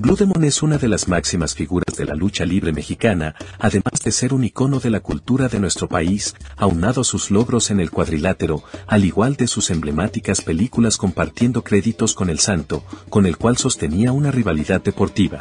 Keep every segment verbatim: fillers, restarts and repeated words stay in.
Blue Demon es una de las máximas figuras de la lucha libre mexicana, además de ser un icono de la cultura de nuestro país, aunado a sus logros en el cuadrilátero, al igual de sus emblemáticas películas compartiendo créditos con El Santo, con el cual sostenía una rivalidad deportiva.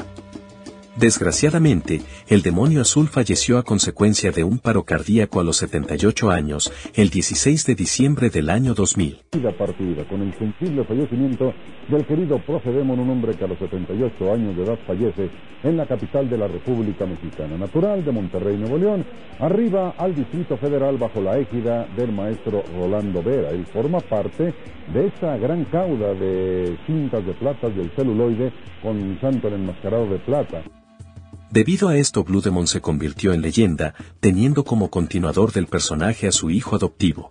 Desgraciadamente, el Demonio Azul falleció a consecuencia de un paro cardíaco a los setenta y ocho años, el dieciséis de diciembre del año dos mil. Partida con el sensible fallecimiento del querido Profe Demon, un hombre que a los setenta y ocho años de edad fallece en la capital de la República Mexicana, natural de Monterrey, Nuevo León, arriba al Distrito Federal bajo la égida del maestro Rolando Vera. Él forma parte de esa gran cauda de cintas de plata del celuloide con Santo el Enmascarado de Plata. Debido a esto, Blue Demon se convirtió en leyenda, teniendo como continuador del personaje a su hijo adoptivo.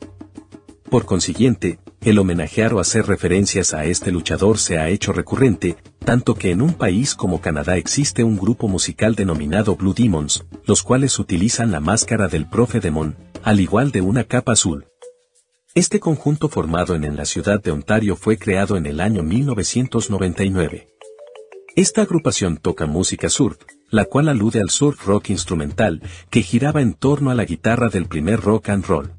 Por consiguiente, el homenajear o hacer referencias a este luchador se ha hecho recurrente, tanto que en un país como Canadá existe un grupo musical denominado Blue Demons, los cuales utilizan la máscara del Profe Demon, al igual de una capa azul. Este conjunto formado en, en la ciudad de Ontario fue creado en el año mil novecientos noventa y nueve. Esta agrupación toca música surf, la cual alude al surf rock instrumental, que giraba en torno a la guitarra del primer rock and roll.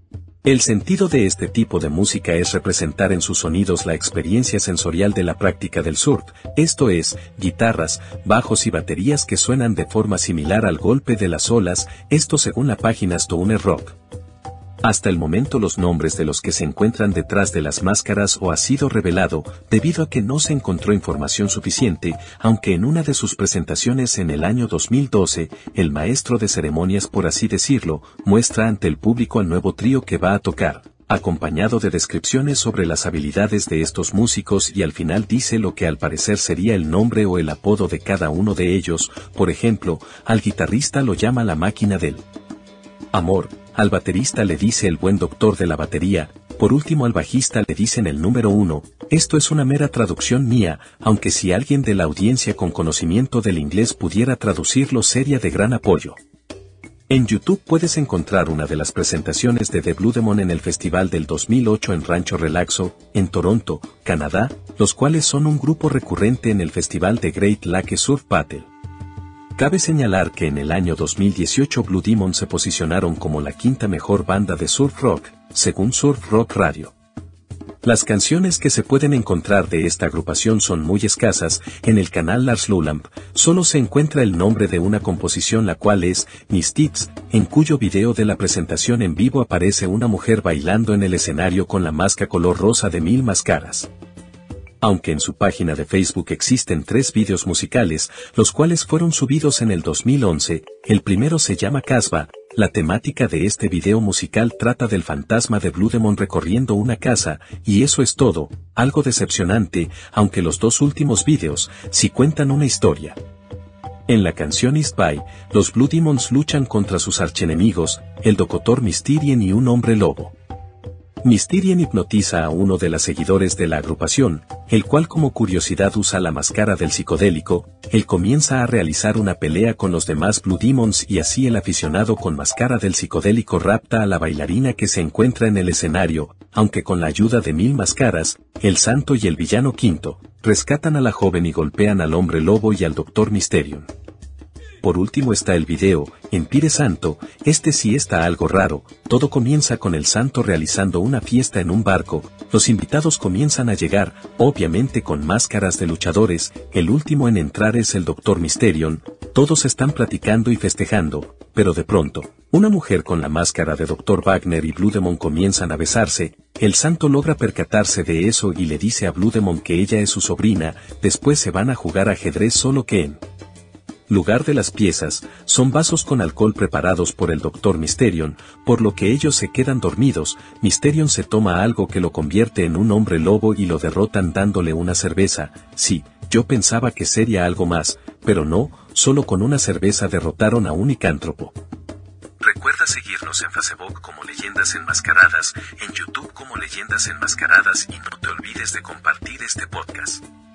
El sentido de este tipo de música es representar en sus sonidos la experiencia sensorial de la práctica del surf, esto es, guitarras, bajos y baterías que suenan de forma similar al golpe de las olas, esto según la página Stone Rock. Hasta el momento los nombres de los que se encuentran detrás de las máscaras o ha sido revelado, debido a que no se encontró información suficiente, aunque en una de sus presentaciones en el año dos mil doce, el maestro de ceremonias, por así decirlo, muestra ante el público al nuevo trío que va a tocar, acompañado de descripciones sobre las habilidades de estos músicos y al final dice lo que al parecer sería el nombre o el apodo de cada uno de ellos. Por ejemplo, al guitarrista lo llama la máquina del amor, al baterista le dice el buen doctor de la batería, por último al bajista le dicen el número uno. Esto es una mera traducción mía, aunque si alguien de la audiencia con conocimiento del inglés pudiera traducirlo sería de gran apoyo. En YouTube puedes encontrar una de las presentaciones de The Blue Demon en el festival del dos mil ocho en Rancho Relaxo, en Toronto, Canadá, los cuales son un grupo recurrente en el festival de Great Lake Surf Battle. Cabe señalar que en el año dos mil dieciocho Blue Demon se posicionaron como la quinta mejor banda de surf rock, según Surf Rock Radio. Las canciones que se pueden encontrar de esta agrupación son muy escasas. En el canal Lars Lulamp solo se encuentra el nombre de una composición, la cual es Mystics, en cuyo video de la presentación en vivo aparece una mujer bailando en el escenario con la máscara color rosa de mil máscaras. Aunque en su página de Facebook existen tres vídeos musicales, los cuales fueron subidos en el dos mil once, el primero se llama Casbah. La temática de este video musical trata del fantasma de Blue Demon recorriendo una casa, y eso es todo, algo decepcionante, aunque los dos últimos vídeos sí cuentan una historia. En la canción East Bay, los Blue Demons luchan contra sus archienemigos, el Doctor Mysterion y un hombre lobo. Mysterion hipnotiza a uno de los seguidores de la agrupación, el cual como curiosidad usa la máscara del psicodélico. Él comienza a realizar una pelea con los demás Blue Demons y así el aficionado con máscara del psicodélico rapta a la bailarina que se encuentra en el escenario, aunque con la ayuda de mil máscaras, el Santo y el villano Quinto, rescatan a la joven y golpean al hombre lobo y al Doctor Mysterion. Por último está el video, Empire Santo, este sí está algo raro. Todo comienza con el Santo realizando una fiesta en un barco, los invitados comienzan a llegar, obviamente con máscaras de luchadores, el último en entrar es el Doctor Mysterion, todos están platicando y festejando, pero de pronto, una mujer con la máscara de Doctor Wagner y Blue Demon comienzan a besarse. El Santo logra percatarse de eso y le dice a Blue Demon que ella es su sobrina. Después se van a jugar ajedrez, solo que en lugar de las piezas, son vasos con alcohol preparados por el Doctor Mysterion, por lo que ellos se quedan dormidos. Mysterion se toma algo que lo convierte en un hombre lobo y lo derrotan dándole una cerveza. Sí, yo pensaba que sería algo más, pero no, solo con una cerveza derrotaron a un licántropo. Recuerda seguirnos en Facebook como Leyendas Enmascaradas, en YouTube como Leyendas Enmascaradas y no te olvides de compartir este podcast.